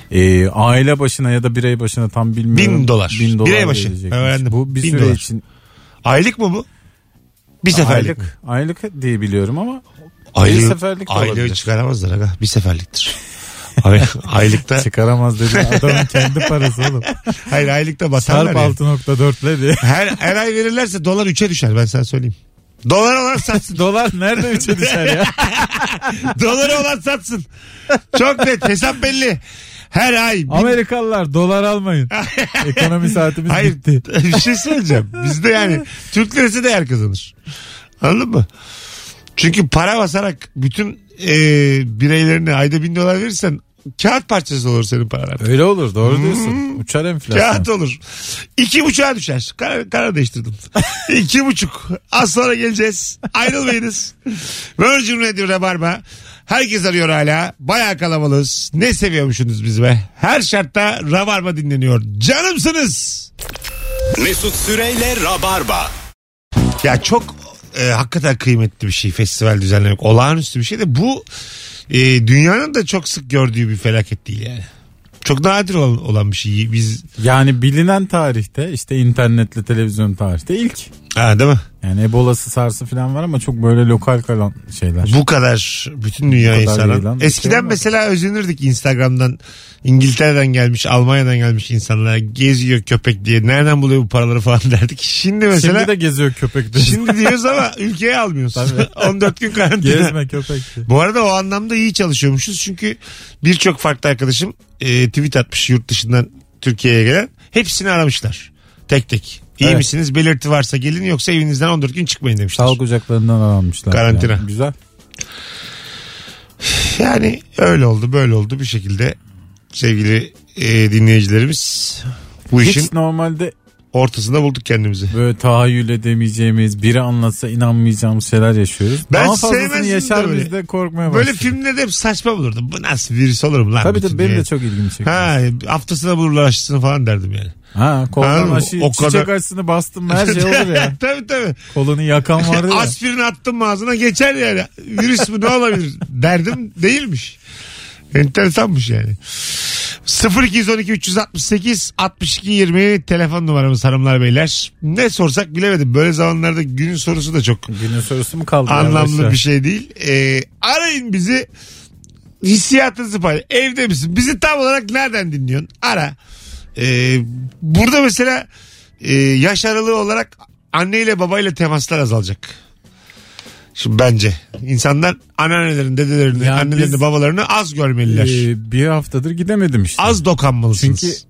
Aile başına ya da birey başına tam bilmiyorum. $1000. Birey başı. Öğrendim. Bu bir süre için. Aylık mı bu? Bir seferlik. Aylık diye biliyorum ama bir seferlik de olabilir. Aylığı çıkaramazlar aga. Bir seferliktir. Aylıkta çıkaramaz dedi adamın kendi parası oğlum. Hayır aylıkta batarlar ya. 6.4'le diye. Her ay verirlerse dolar 3'e düşer ben sana söyleyeyim. Dolar olan satsın. Dolar nerede 3'e düşer ya? Doları olan satsın. Çok net hesap belli. Her ay. Amerikalılar dolar almayın. Ekonomi saatimiz bitti. Bir şey söyleyeceğim. Bizde yani Türk lirası değer kazanır. Anladın mı? Çünkü para basarak bütün bireylerine ayda $1000 verirsen kağıt parçası olur senin paralar. Öyle olur doğru diyorsun. Uçar enflasyon. Kağıt olur. 2,5'a düşer. Karar değiştirdim. 2,5. Az sonra geleceğiz. Ayrılmayınız. Virgin Radio Rabarba. Herkes arıyor hala. Bayağı kalabalığız. Ne seviyormuşsunuz biz be. Her şartta Rabarba dinleniyor. Canımsınız. Mesut Süreyle Rabarba. Ya çok hakikaten kıymetli bir şey festival düzenlemek. Olağanüstü bir şey de bu dünyanın da çok sık gördüğü bir felaket değil yani. Çok nadir olan bir şey. Biz yani bilinen tarihte işte internetle televizyon tarihte ilk. Değil mi? Yani Ebola'sı SARS'ı falan var ama çok böyle lokal kalan şeyler. Bu kadar bütün dünya insanı. Eskiden mesela özenirdik Instagram'dan İngiltere'den gelmiş, Almanya'dan gelmiş insanlar geziyor köpek diye. Nereden buluyor bu paraları falan derdik. Şimdi mesela. Şimdi de geziyor köpek diye. Şimdi diyoruz ama ülkeye almıyoruz. 14 gün karantina. Gezme köpek diye. Bu arada o anlamda iyi çalışıyormuşuz. Çünkü birçok farklı arkadaşım tweet atmış yurt dışından Türkiye'ye gelen. Hepsini aramışlar. Tek tek. İyi misiniz? Belirti varsa gelin yoksa evinizden 14 gün çıkmayın demişler. Sağlık ocaklarından aranmışlar. Karantina. Yani. Güzel. Yani öyle oldu böyle oldu bir şekilde sevgili dinleyicilerimiz bu işin normalde ortasında bulduk kendimizi. Böyle tahayyül edemeyeceğimiz, biri anlatsa inanmayacağımız şeyler yaşıyoruz. Ben daha fazlasını yaşar biz de korkmaya başladık. Böyle filmlerde hep saçma bulurdum. Bu nasıl virüs olur mu lan? Tabii benim de çok ilgimi çekiyor. Haftasına bulurlar aşısını falan derdim yani. Koldan aşı, çiçek aşısını bastım her şey olur ya. Tabii. Kolunu yakan vardı ya. Aspirin attım ağzına geçer yani. Virüs mü ne olabilir derdim değilmiş. Enteresanmış yani. 0212 368 62 20 telefon numaramız hanımlar beyler. Ne sorsak bilemedim. Böyle zamanlarda günün sorusu da çok. Günün sorusu mu kaldı? Anlamlı bir şey değil. Arayın bizi. Hissiyatınızı paylaşın. Evde misin? Bizi tam olarak nereden dinliyorsun? Ara. Burada mesela yaş aralığı olarak anneyle babayla temaslar azalacak. Şimdi bence insanlar anneannelerini, dedelerini, annelerini, babalarını az görmeliler. Bir haftadır gidemedim işte. Az dokanmalısınız. Çünkü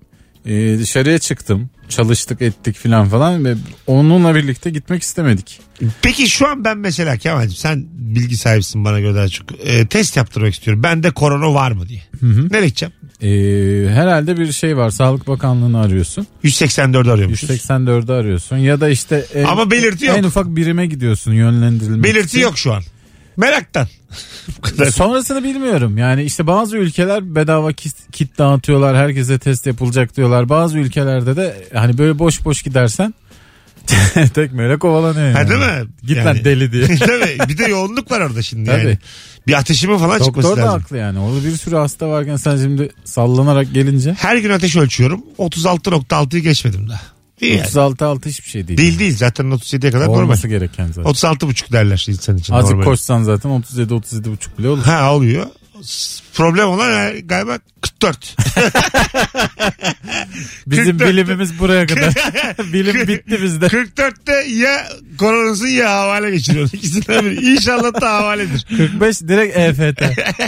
Dışarıya çıktım. Çalıştık ettik falan ve onunla birlikte gitmek istemedik. Peki şu an ben mesela Kemal'cim sen bilgi sahibisin bana göre daha çok. Test yaptırmak istiyorum. Bende korona var mı diye. Nereye gideceğim? Herhalde bir şey var. Sağlık Bakanlığı'nı arıyorsun. 184'ü arıyormuşuz. 184'ü arıyorsun. Ya da işte ama belirti yok. En ufak birime gidiyorsun yönlendirilmek belirti için. Yok şu an. Meraktan. Bu kadar. Sonrasını bilmiyorum. Yani işte bazı ülkeler bedava kit dağıtıyorlar. Herkese test yapılacak diyorlar. Bazı ülkelerde de hani böyle boş boş gidersen tekmeyle kovalanıyor. Ha, yani. değil mi? Git yani, lan deli diye. Değil mi? Bir de yoğunluk var orada şimdi Tabii. yani. Bir ateşimin falan Doktor çıkması da lazım. haklı yani. Orada bir sürü hasta varken sen şimdi sallanarak gelince. Her gün ateş ölçüyorum. 36.6'yı geçmedim daha. 36.6 hiçbir şey değil. Değil zaten 37'ye kadar olması normal. gereken zaten. 36.5 derler insan için. Azıcık normal. koşsan zaten 37-37.5 bile olur. Ha oluyor. Problem olan galiba 44. Bizim 44'te bilimimiz buraya kadar. Bilim bitti bizde. 44'te ya koronasın ya havale geçiriyorsun. İkisinden biri. İnşallah da havaledir. 45 direkt EFT.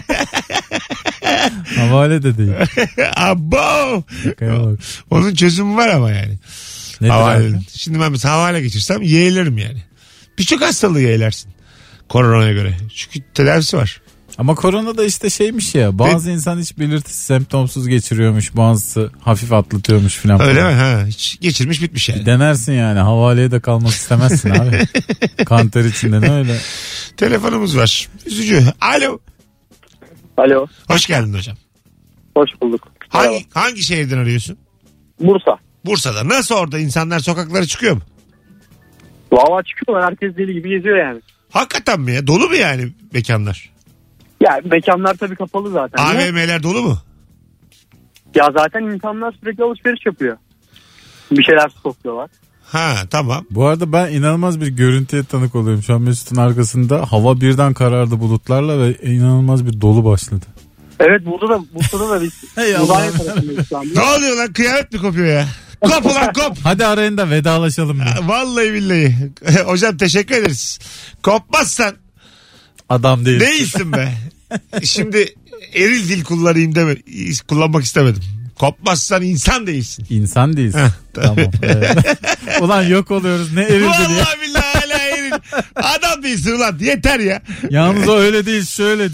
Havale de değil. Abo. Bak. Onun çözümü var ama yani. Nedir abi? Şimdi ben mesela havale geçirsem yeğlerim yani. Birçok hastalığı yeğlersin. Koronaya göre. Çünkü tedavisi var. Ama korona da işte şeymiş ya. Bazı insan hiç belirtisi semptomsuz geçiriyormuş. Bazısı hafif atlatıyormuş falan. Öyle mi? Ha, hiç geçirmiş bitmiş yani. Denersin yani. Havaleye de kalmak istemezsin abi. Kanter içinden öyle. Telefonumuz var. Üzücü. Alo. Alo. Hoş geldin hocam. Hoş bulduk. Hangi şehirden arıyorsun? Bursa. Bursa'da. Nasıl orada insanlar sokaklara çıkıyor mu? Valla çıkıyorlar. Herkes deli gibi geziyor yani. Hakikaten mi ya? Dolu mu yani mekanlar? Ya mekanlar tabii kapalı zaten. AVM'ler dolu mu? Ya zaten insanlar sürekli alışveriş yapıyor. Bir şeyler stokluyorlar. Ha tamam. Bu arada ben inanılmaz bir görüntüye tanık oluyorum. Şu an Mesut'un arkasında hava birden karardı bulutlarla ve inanılmaz bir dolu başladı. Evet Bursa'da da biz. Hey Uzay tarafındayız şu anda. Ne oluyor lan? Kıyamet mi kopuyor ya? Kop ulan kop. Hadi arayın da vedalaşalım. Vallahi billahi. Hocam teşekkür ederiz. Kopmazsan Adam değil. değilsin be. Şimdi eril dil kullanmak istemedim. Kopmazsan insan değilsin. İnsan değilsin. Tamam. Evet. Ulan yok oluyoruz ne eril diye. Vallahi billahi hala eril. Adam değilsin ulan yeter ya. Yalnız o öyle değil şöyle.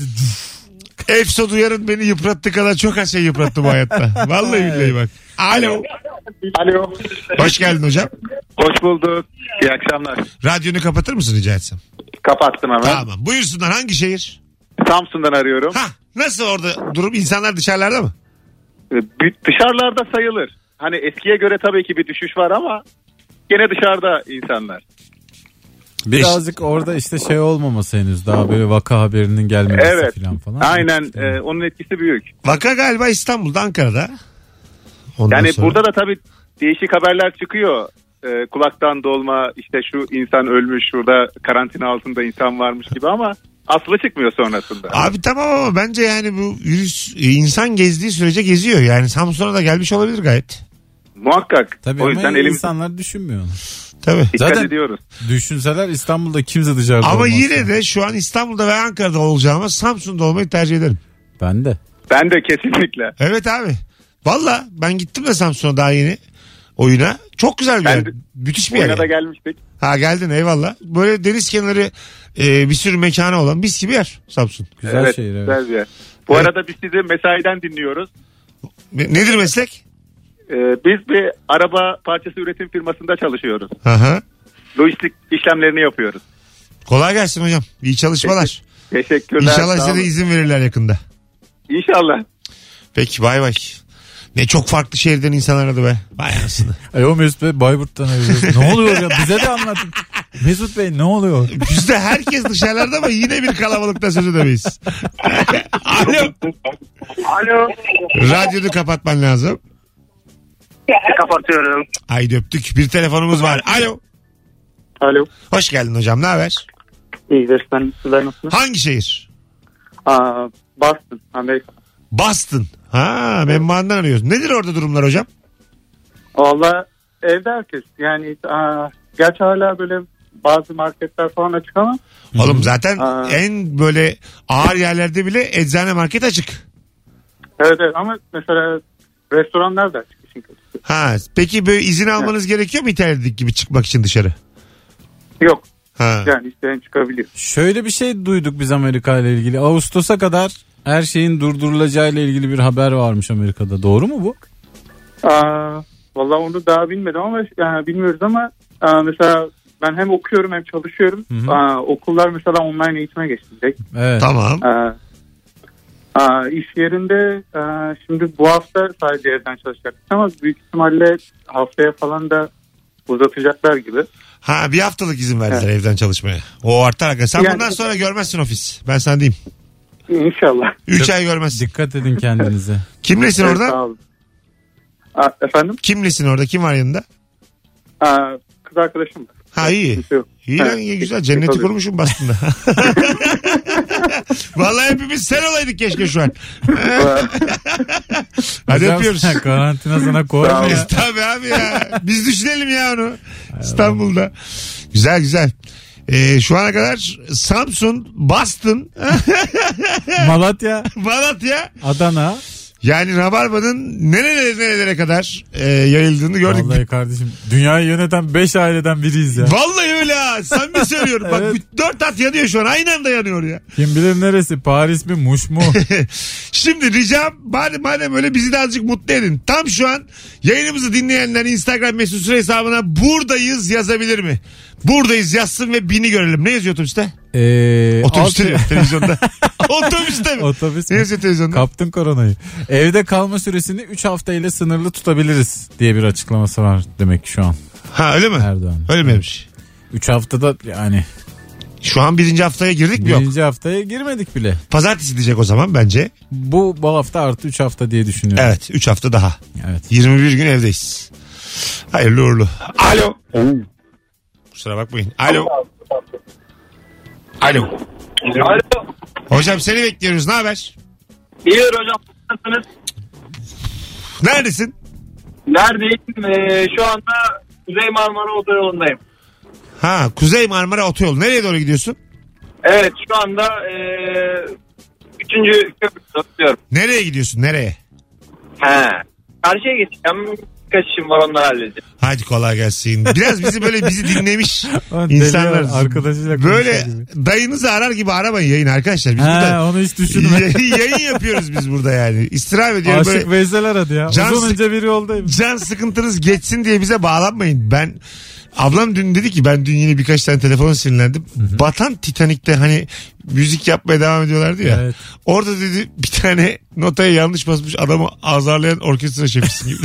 Efso Duyar'ın beni yıprattığı kadar çok az şey yıprattı bu hayatta. Vallahi billahi bak. Alo. Alo. Hoş geldin hocam. Hoş bulduk. İyi akşamlar. Radyonu kapatır mısın rica etsem? Kapattım hemen. Tamam. Buyursunlar hangi şehir? Samsun'dan arıyorum. Nasıl orada durum? İnsanlar dışarılarda mı? Dışarılarda sayılır. Hani eskiye göre tabii ki bir düşüş var ama gene dışarıda insanlar. Birazcık orada işte şey olmaması henüz daha böyle vaka haberinin gelmemesi falan. Aynen onun etkisi büyük. Vaka galiba İstanbul'da, Ankara'da. Yani sonra... burada da tabii değişik haberler çıkıyor. Kulaktan dolma işte şu insan ölmüş şurada karantina altında insan varmış gibi ama aslı çıkmıyor sonrasında. Abi tamam ama bence yani bu virüs insan gezdiği sürece geziyor. Yani Samsun'a da gelmiş olabilir gayet. Muhakkak. Tabii o yüzden insanlar düşünmüyor onu. Tabii. Dikkat ediyoruz. Düşünseler İstanbul'da kimse dışarıda ama olmaz. Ama yine de şu an İstanbul'da ve Ankara'da olacağıma Samsun'da olmayı tercih ederim. Ben de. Ben de kesinlikle. Evet abi. Valla ben gittim de Samsun'a daha yeni oyuna. Çok güzel bir yer. Müthiş bir yer. Oyuna da gelmiştik. Ha geldin eyvallah. Böyle deniz kenarı bir sürü mekanı olan mis gibi yer Samsun. Güzel şehir. Evet. Güzel bir yer. Bu arada biz sizi mesaiden dinliyoruz. Nedir meslek? Biz bir araba parçası üretim firmasında çalışıyoruz. Aha. Lojistik işlemlerini yapıyoruz. Kolay gelsin hocam. İyi çalışmalar. Teşekkürler. İnşallah size de izin verirler yakında. İnşallah. Peki bay bay. Ne çok farklı şehirden insan aradı be. Vay anasını. O Mesut Bey Bayburt'tan arıyoruz. Ne oluyor ya? Bize de anlatın. Mesut Bey ne oluyor? Bizde herkes dışarılarda ama yine bir kalabalıkta söz edemeyiz. Alo. Alo. Radyonu kapatman lazım. Kapatıyorum. Haydi öptük. Bir telefonumuz var. Alo. Alo. Hoş geldin hocam. Ne haber? İyidir. Sizler nasılsınız? Hangi şehir? Boston, Amerika. Boston. Ha, menbaandan arıyorsun. Nedir orada durumlar hocam? Valla evde herkes. Yani gerçi hala böyle bazı marketler falan açık ama. Oğlum zaten en böyle ağır yerlerde bile eczane market açık. Evet ama mesela restoranlar da açık. işin kötüsü. Ha, peki böyle izin almanız gerekiyor mu İtalya'daki gibi çıkmak için dışarı? Yok. Ha. Yani isteyen çıkabilir. Şöyle bir şey duyduk biz Amerika ile ilgili. Ağustos'a kadar her şeyin durdurulacağı ile ilgili bir haber varmış Amerika'da. Doğru mu bu? Vallahi onu daha bilmedim ama bilmiyoruz ama mesela ben hem okuyorum hem çalışıyorum. Okullar mesela online eğitime geçecek. Evet. Tamam. İş yerinde şimdi bu hafta sadece evden çalışacaktık ama büyük ihtimalle haftaya falan da uzatacaklar gibi. Ha, bir haftalık izin verdiler evden çalışmaya. O artar. Sen bundan sonra görmezsin ofis. Ben sana diyeyim. İnşallah. 3 ay görmezsin. Dikkat edin kendinize. Kimlesin Evet, orada? sağ olun. Efendim? Kimlesin orada? Kim var yanında? Kız arkadaşım var. Ha, iyi. İyi lan, iyi, güzel. Cenneti kurmuşum bastında. Vallahi hepimiz sen olaydık keşke şu an. Hadi öpüyoruz. Karantina sana koymuyor. Tabii abi ya. Biz düşünelim ya onu. İstanbul'da. Güzel güzel. Şu ana kadar Samsun, Boston, Malatya, Adana. Yani Rabarba'nın nerelere kadar yayıldığını gördük. Vallahi kardeşim, dünyayı yöneten 5 aileden biriyiz ya. Vallahi öyle ha. Samimi söylüyorum. Bak Evet. 4 at yanıyor şu an. Aynı anda yanıyor ya. Kim bilir neresi? Paris mi, Muş mu? Şimdi ricam madem öyle bizi de azıcık mutlu edin. Tam şu an yayınımızı dinleyenler Instagram mesut süre hesabına buradayız yazabilir mi? Buradayız yazsın ve 1000'i görelim. Ne yazıyor otobüste? Otobüste mi? Televizyonda. Otobüste mi? Otobüs ne mü? yazıyor televizyonda? Kaptın koronayı. Evde kalma süresini 3 hafta ile sınırlı tutabiliriz diye bir açıklaması var demek ki şu an. Ha, öyle mi? Erdoğan. Öyle miymiş? 3 haftada yani. Şu an 1. haftaya girdik mi? Yok. 1. haftaya girmedik bile. Pazartesi diyecek o zaman bence. Bu hafta artı 3 hafta diye düşünüyorum. Evet, 3 hafta daha. Evet. 21 gün evdeyiz. Hayırlı uğurlu. Alo. Kusura bakmayın. Alo. Alo. Hocam seni bekliyoruz. Ne haber? İyi hocam. Nasılsınız? Neredesin? Neredeyim? Şu anda Kuzey Marmara Otoyolu'ndayım. Ha, Kuzey Marmara Otoyolu. Nereye doğru gidiyorsun? Evet, şu anda 3. köprüde tutuyorum. Nereye gidiyorsun? Nereye? Karşıya geçeceğim. Birkaç işim var, onları halledeceğim. Hadi kolay gelsin. Biraz bizi dinlemiş insanlar. Arkadaşıyla böyle dayınızı arar gibi aramayın yayın arkadaşlar. Biz burada onu hiç düşünmedim. yayın yapıyoruz biz burada yani. İstirham ediyorum. Aşık böyle... Veysel aradı ya. Uzun önce bir yoldayım. Can sıkıntınız geçsin diye bize bağlanmayın. Ablam dün dedi ki ben dün yine birkaç tane telefona sinirlendim. Batan Titanik'te hani müzik yapmaya devam ediyorlardı ya. Evet. Orada dedi bir tane notaya yanlış basmış adamı azarlayan orkestra şefisin gibi.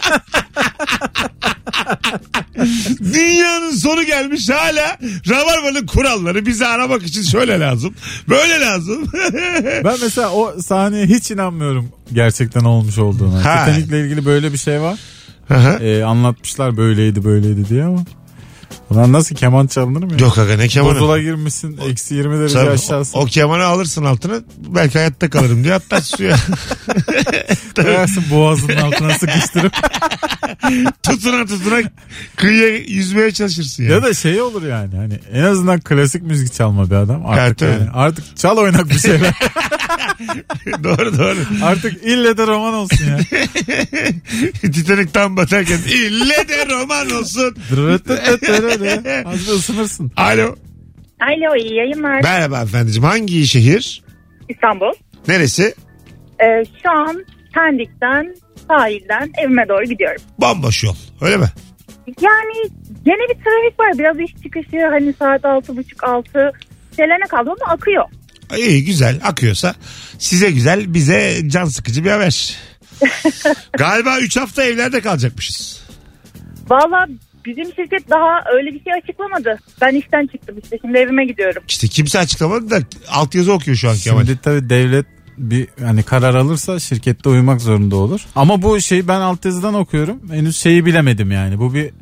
Dünyanın sonu gelmiş, hala Rabarba'nın kuralları bizi aramak için şöyle lazım, böyle lazım. Ben mesela o sahneye hiç inanmıyorum gerçekten olmuş olduğuna. Titanik'le ilgili böyle bir şey var. Anlatmışlar böyleydi diye ama ulan nasıl keman çalınır mı ya? Yok aga, ne kemanı? Buzula girmişsin, eksi 20 derece aşağısı. O kemanı alırsın altına, belki hayatta kalırım diye atlar suya. Koyarsın boğazının altına sıkıştırıp. tutuna kıyıya yüzmeye çalışırsın yani. Ya da şey olur yani, hani en azından klasik müzik çalma bir adam artık, evet, yani. Artık çal oynak bir şeyler. Doğru. Artık ille de roman olsun ya. Titanic tam batarken ille de roman olsun. Az bir ısınırsın. Alo. Alo, iyi yayınlar. Merhaba efendiciğim. Hangi şehir? İstanbul. Neresi? Şu an Pendik'ten, sahilden evime doğru gidiyorum. Bomboş yol, öyle mi? Yani gene bir trafik var. Biraz iş çıkışı, hani saat 6.30-6 selene kaldı ama akıyor. İyi, güzel, akıyorsa size güzel, bize can sıkıcı bir haber. Galiba 3 hafta evlerde kalacakmışız. Valla bizim şirket daha öyle bir şey açıklamadı. Ben işten çıktım işte, şimdi evime gidiyorum. İşte kimse açıklamadı da altyazı okuyor şu an Kemal. Şimdi tabii devlet bir hani karar alırsa şirkette uymak zorunda olur. Ama bu şeyi ben altyazıdan okuyorum. Henüz şeyi bilemedim yani. Bu bir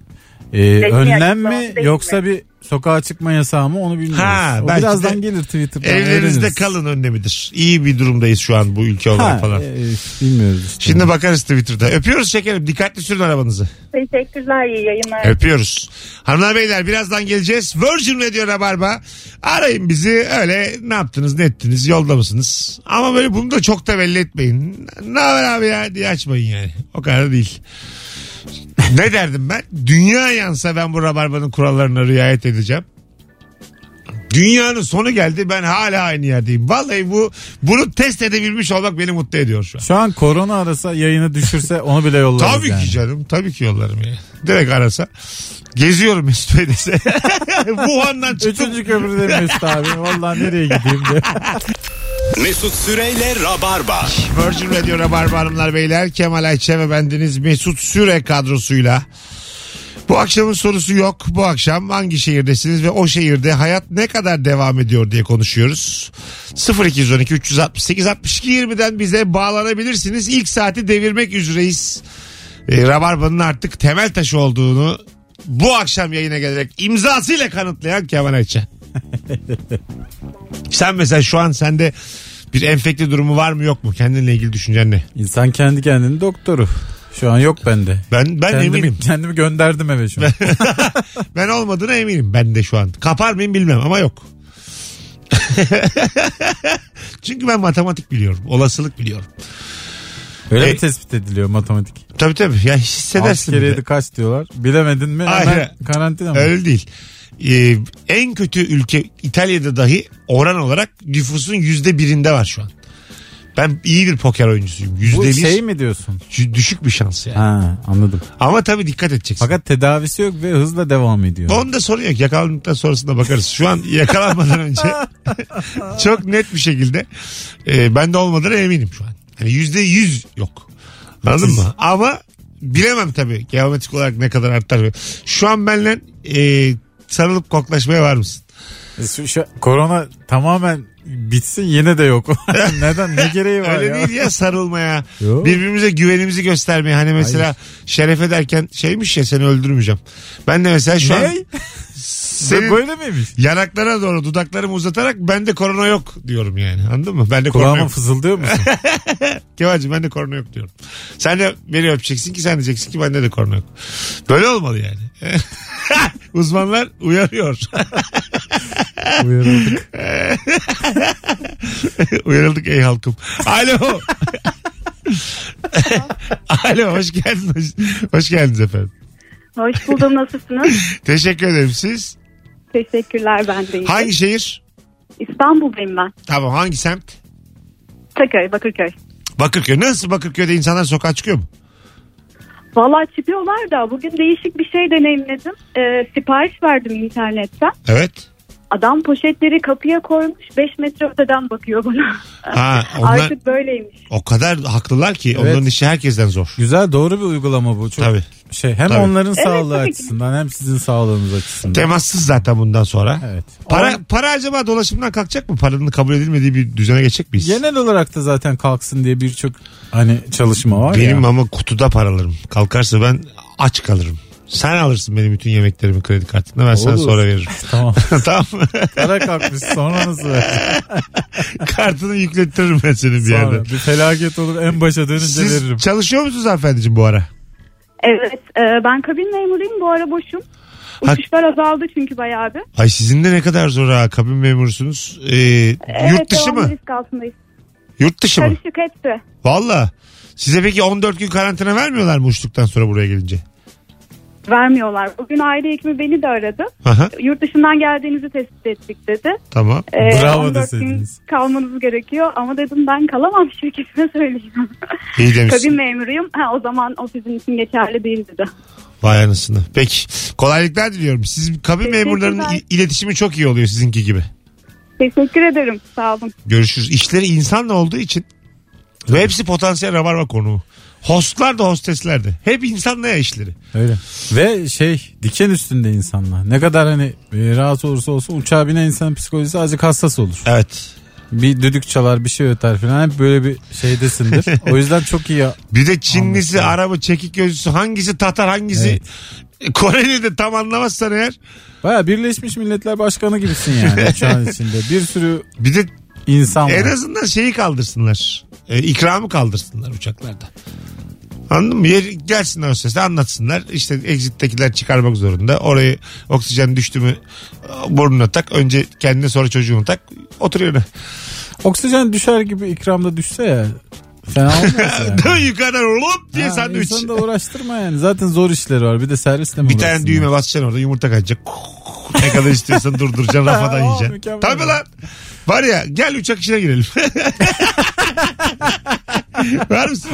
önlem mi yoksa bir sokağa çıkma yasağı mı onu bilmiyoruz. O birazdan gelir Twitter'dan. Evlerinizde kalın önlemidir. İyi bir durumdayız şu an bu ülke olarak falan. Bilmiyoruz işte. Şimdi bakarız Twitter'da. Öpüyoruz şekerim. Dikkatli sürün arabanızı. Teşekkürler, iyi yayınlar. Öpüyoruz. Hanımlar beyler birazdan geleceğiz. Virgin Radio Rabarba. Arayın bizi, öyle ne yaptınız ne ettiniz, yolda mısınız? Ama böyle bunu da çok da belli etmeyin. Ne haber abi ya diye açmayın yani. O kadar değil. Ne derdim ben? Dünya yansa ben bu Rabarba'nın kurallarına riayet edeceğim. Dünyanın sonu geldi, ben hala aynı yerdeyim. Vallahi bunu test edebilmiş olmak beni mutlu ediyor şu an. Şu an korona arasa, yayını düşürse onu bile yollarız. Tabii ki canım, tabii ki yollarım ya. Direkt arasa. Geziyorum Mesut Bey'dese. Wuhan'dan çıktım. 3. köprüde Mesut abi. Vallahi nereye gideyim de. Mesut Süreyle Rabarba. Virgin Radio Rabarba hanımlar beyler. Kemal Ayça ve bendeniz Mesut Süre kadrosuyla. Bu akşamın sorusu yok. Bu akşam hangi şehirdesiniz ve o şehirde hayat ne kadar devam ediyor diye konuşuyoruz. 0212 368 62 20'den bize bağlanabilirsiniz. İlk saati devirmek üzereyiz. Rabarba'nın artık temel taşı olduğunu bu akşam yayına gelerek imzasıyla kanıtlayan Kemal Ayça. Sen mesela şu an sende bir enfekte durumu var mı yok mu? Kendinle ilgili düşüncen ne? İnsan kendi kendinin doktoru. Şu an yok bende. Ben eminim. Kendimi gönderdim eve şu an. Ben olmadığına eminim ben de şu an. Kapar mıyım bilmem ama yok. Çünkü ben matematik biliyorum. Olasılık biliyorum. Öyle mi tespit ediliyor matematik? Tabii. Ya hissedersin. 6 kere 7 kaç diyorlar. Bilemedin mi? Hemen karantina mı? Öyle değil. En kötü ülke İtalya'da dahi oran olarak nüfusun %1'inde var şu an. Ben iyi bir poker oyuncusuyum. Bu şey mi diyorsun? Düşük bir şans yani. Ha, anladım. Ama tabii dikkat edeceksin. Fakat tedavisi yok ve hızla devam ediyor. Onda sorun yok. Yakalandıktan sonrasında bakarız. Şu an yakalanmadan önce çok net bir şekilde ben de olmadığına eminim şu an. Yani %100 yok. Anladın mı? Ama bilemem tabii geometrik olarak ne kadar artar. Şu an benimle sarılıp koklaşmaya var mısın? Şu korona tamamen bitsin yine de yok. Neden? Ne gereği var öyle ya? Öyle değil ya, sarılmaya. Yok. Birbirimize güvenimizi göstermeye. Hani mesela hayır, şeref ederken şeymiş ya, seni öldürmeyeceğim. Ben de mesela şu an senin böyle miymiş? Yanaklara doğru dudaklarımı uzatarak bende korona yok diyorum yani. Anladın mı? Bende korona yok. Kulağıma fısıldıyor musun? Kemal'cim bende korona yok diyorum. Sen de beni öpeceksin ki sen diyeceksin ki bende de korona yok. Böyle olmalı yani. Uzmanlar uyarıyor. Uyarıldık. Uyarıldık ey halkım. Alo. Alo, hoş geldiniz. Hoş geldiniz efendim. Hoş buldum, nasılsınız? Teşekkür ederim, siz? Teşekkürler, ben de iyiyim. Hangi şehir? İstanbul'dayım ben. Tamam, hangi semt? Bakırköy. Bakırköy. Nasıl Bakırköy'de insanlar sokağa çıkıyor mu? Vallahi çıkıyorlar da bugün değişik bir şey deneyimledim. Sipariş verdim internetten. Evet. Adam poşetleri kapıya koymuş, 5 metre öteden bakıyor bana. Ha, artık böyleymiş. O kadar haklılar ki, evet, onların işi herkesten zor. Güzel, doğru bir uygulama bu. Çok tabii. Hem tabii, onların sağlığı açısından hem sizin sağlığınız açısından. Temassız zaten bundan sonra. Evet. Para acaba dolaşımdan kalkacak mı? Paranın kabul edilmediği bir düzene geçecek miyiz? Genel olarak da zaten kalksın diye birçok çalışma var. Benim ama kutuda paralarım. Kalkarsa ben aç kalırım. Sen alırsın benim bütün yemeklerimi kredi kartında, ben sana sonra veririm. Tamam. Tamam mı? Para kalkmış, sonra nasıl ver? Kartını yüklettiririm ben senin bir yerden. Bir felaket olur, en başa dönünce veririm. Siz çalışıyor musunuz hanımefendiciğim bu ara? Evet, ben kabin memuruyum, bu ara boşum. Uçuşlar azaldı çünkü bayağı bir. Ay sizin de ne kadar zor ha, kabin memurusunuz. Evet, yurt dışı mı? Risk altındayız. Yurt dışı karışık mı? Karışık hepsi. Valla. Size peki 14 gün karantina vermiyorlar mı uçtuktan sonra buraya gelince? Vermiyorlar. Bugün aile hekimi beni de aradı. Aha. Yurt dışından geldiğinizi tespit ettik dedi. Tamam. Bravo deseydiniz. Kalmanız gerekiyor ama dedim ben kalamam, şirketine söyleyeceğim. İyi demişsin. Kabin memuruyum. O zaman o sizin için geçerli değil dedi. Vay anasını. Peki kolaylıklar diliyorum. Siz kabin memurlarının iletişimi çok iyi oluyor sizinki gibi. Teşekkür ederim. Sağ olun. Görüşürüz. İşleri insanla olduğu için ve hepsi potansiyel Rabarba konuğu. Hostlar da hostesler de. Hep insanla ya işleri. Öyle. Ve diken üstünde insanlar. Ne kadar rahat olursa olsun uçağa binen insanın psikolojisi azıcık hassas olur. Evet. Bir düdük çalar, bir şey öter falan, hep böyle bir şeydesindir. O yüzden çok iyi. Bir de Çinlisi, Arabı, çekik gözlüsü, hangisi Tatar, hangisi Koreli de tam anlamazsan eğer. Baya Birleşmiş Milletler Başkanı gibisin yani şu an içinde. Bir sürü bir de insan var. En azından şeyi kaldırsınlar. İkramı kaldırsınlar uçaklarda. Anladın mı? Gelsinler o sesle anlatsınlar. İşte exit'tekiler çıkarmak zorunda. Orayı oksijen düştü mü burnuna tak. Önce kendine sonra çocuğunu tak. Otur yerine. Oksijen düşer gibi ikramda düşse ya. Fena olmaz yani. Değil mi? Yukarıdan hop diye sandviç. İnsanı da uğraştırma yani. Zaten zor işleri var. Bir de servisle mi bir tane düğme yani? basacaksın orada yumurta kaçacak. Ne kadar istiyorsan durduracaksın rafadan yiyeceksin. Tabii lan. Var ya gel uçak işine girelim. Var mısın?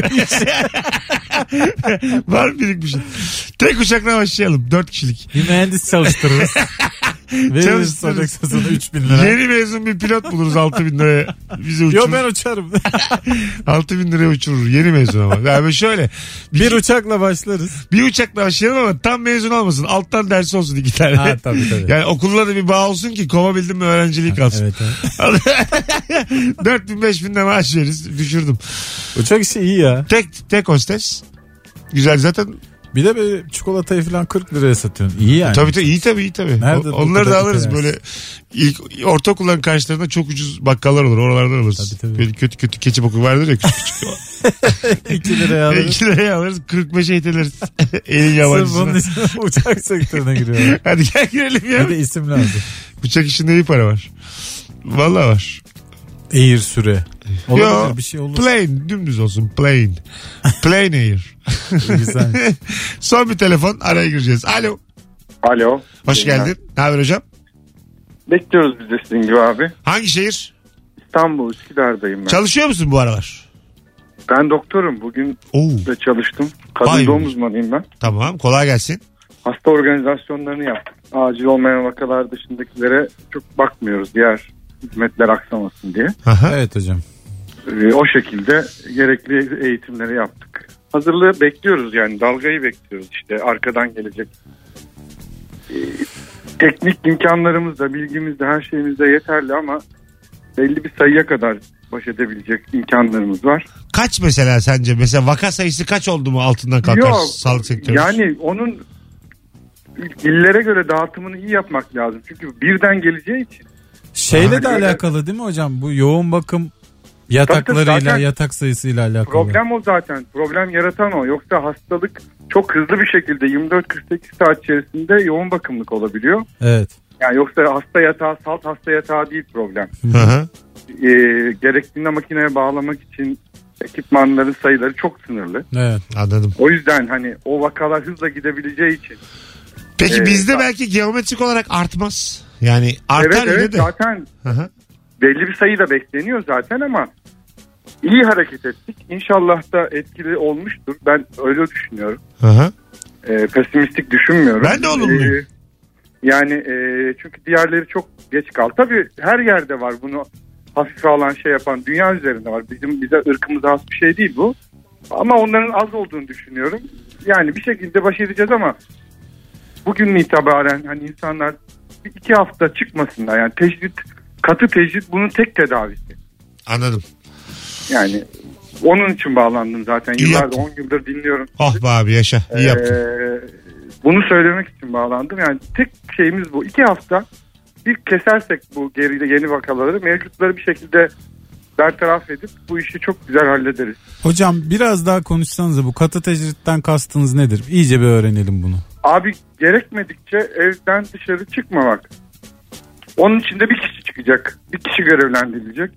Var mı birikmişsin? Tek uçakla başlayalım. 4 kişilik. Bir mühendis çalıştırırız. Veririz sana 3.000 lira. Yeni mezun bir pilot buluruz 6.000 liraya. Bizi uçurur. Yo ben uçarım. 6.000 liraya uçurur. Yeni mezun ama. Yani şöyle. Bir uçakla başlarız. Bir uçakla başlayalım ama tam mezun olmasın. Alttan dersi olsun 2 tane. Ha, tabii. Yani okulla da bir bağ olsun ki kovabildim mi öğrenciliği kalsın. Evet. 4.000-5.000 de maaş veririz. Düşürdüm. Uçak işi iyi ya. Tek hostes. Güzel zaten. Bir de böyle çikolatayı falan 40 liraya satıyorsun. İyi yani. Tabii iyi tabii. Nerede onları da alırız böyle. İlk ortaokulların karşılarında çok ucuz bakkallar olur. Oralardan alırız. Tabii. Böyle kötü keçi boku vardır ya küçük. 2 liraya alırız. 2 liraya alırız. 45'e iteleriz. Elin yabancısına. Sırf onun için uçak sektörüne giriyor. Hadi gel girelim ya. Bir de isim lazım. Uçak işinde iyi para var. Vallahi var. Air süre. Olabilir bir şey olur. Plane dümdüz olsun plane. Plane air. Güzel. Son bir telefon araya gireceğiz. Alo. Alo. Hoş geldin. Ne haber hocam? Bekliyoruz biz de sizin gibi abi. Hangi şehir? İstanbul Üsküdar'dayım ben. Çalışıyor musun bu aralar? Ben doktorum. Bugün de çalıştım. Kadın doğum uzmanıyım ben. Tamam kolay gelsin. Hasta organizasyonlarını yaptım. Acil olmayan vakalar dışındakilere çok bakmıyoruz. Diğer hizmetler aksamasın diye. Aha. Evet hocam. O şekilde gerekli eğitimleri yaptık. Hazırlığı bekliyoruz yani dalgayı bekliyoruz işte arkadan gelecek. Teknik imkanlarımız da bilgimiz de her şeyimiz de yeterli ama belli bir sayıya kadar baş edebilecek imkanlarımız var. Kaç mesela sence? Mesela vaka sayısı kaç oldu mu altından kalkar sağlık sektörü? Yani onun illere göre dağıtımını iyi yapmak lazım. Çünkü birden geleceği için. Şeyle de alakalı değil mi hocam? Bu yoğun bakım yataklarıyla, yatak sayısıyla alakalı. Problem o zaten. Problem yaratan o. Yoksa hastalık çok hızlı bir şekilde 24-48 saat içerisinde yoğun bakımlık olabiliyor. Evet. Yani yoksa hasta yatağı, salt hasta yatağı değil problem. Gerektiğinde makineye bağlamak için ekipmanların sayıları çok sınırlı. Evet, anladım. O yüzden hani o vakalar hızla gidebileceği için. Peki bizde belki geometrik olarak artmaz. Yani artar evet, de. Zaten belli bir sayı da bekleniyor zaten ama iyi hareket ettik. İnşallah da etkili olmuştur. Ben öyle düşünüyorum. Pesimistik düşünmüyorum. Ben de olumluyum. Yani çünkü diğerleri çok geç kaldı. Tabii her yerde var bunu hafife alan şey yapan, dünya üzerinde var. Bize ırkımıza has bir şey değil bu. Ama onların az olduğunu düşünüyorum. Yani bir şekilde baş edeceğiz ama bugün itibaren hani insanlar 2 hafta çıkmasınlar. Yani katı tecrit bunun tek tedavisi. Anladım. Yani onun için bağlandım zaten. Yıllardır 10 yıldır dinliyorum. Oh be abi yaşa. İyi yaptın. Bunu söylemek için bağlandım. Yani tek şeyimiz bu. 2 hafta bir kesersek bu geride yeni vakaları mevcutları bir şekilde bertaraf edip bu işi çok güzel hallederiz. Hocam biraz daha konuşsanız bu katı tecritten kastınız nedir? İyice bir öğrenelim bunu. Abi gerekmedikçe evden dışarı çıkmamak. Onun için de bir kişi çıkacak. Bir kişi görevlendirilecek.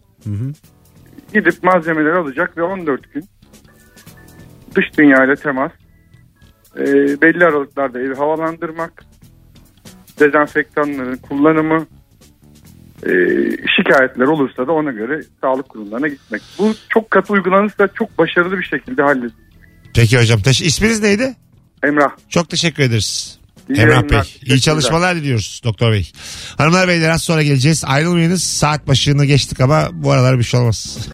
Gidip malzemeleri alacak ve 14 gün dış dünyayla temas, belli aralıklarda evi havalandırmak, dezenfektanların kullanımı, şikayetler olursa da ona göre sağlık kurumlarına gitmek. Bu çok katı uygulanırsa çok başarılı bir şekilde halledilir. Peki hocam. İsminiz neydi? Emrah. Çok teşekkür ederiz. İyi Emrah yayınlar. Bey. İyi çalışmalar diliyoruz Doktor Bey. Hanımlar beyler az sonra geleceğiz. Ayrılmayınız. Saat başını geçtik ama bu aralar bir şey olmaz.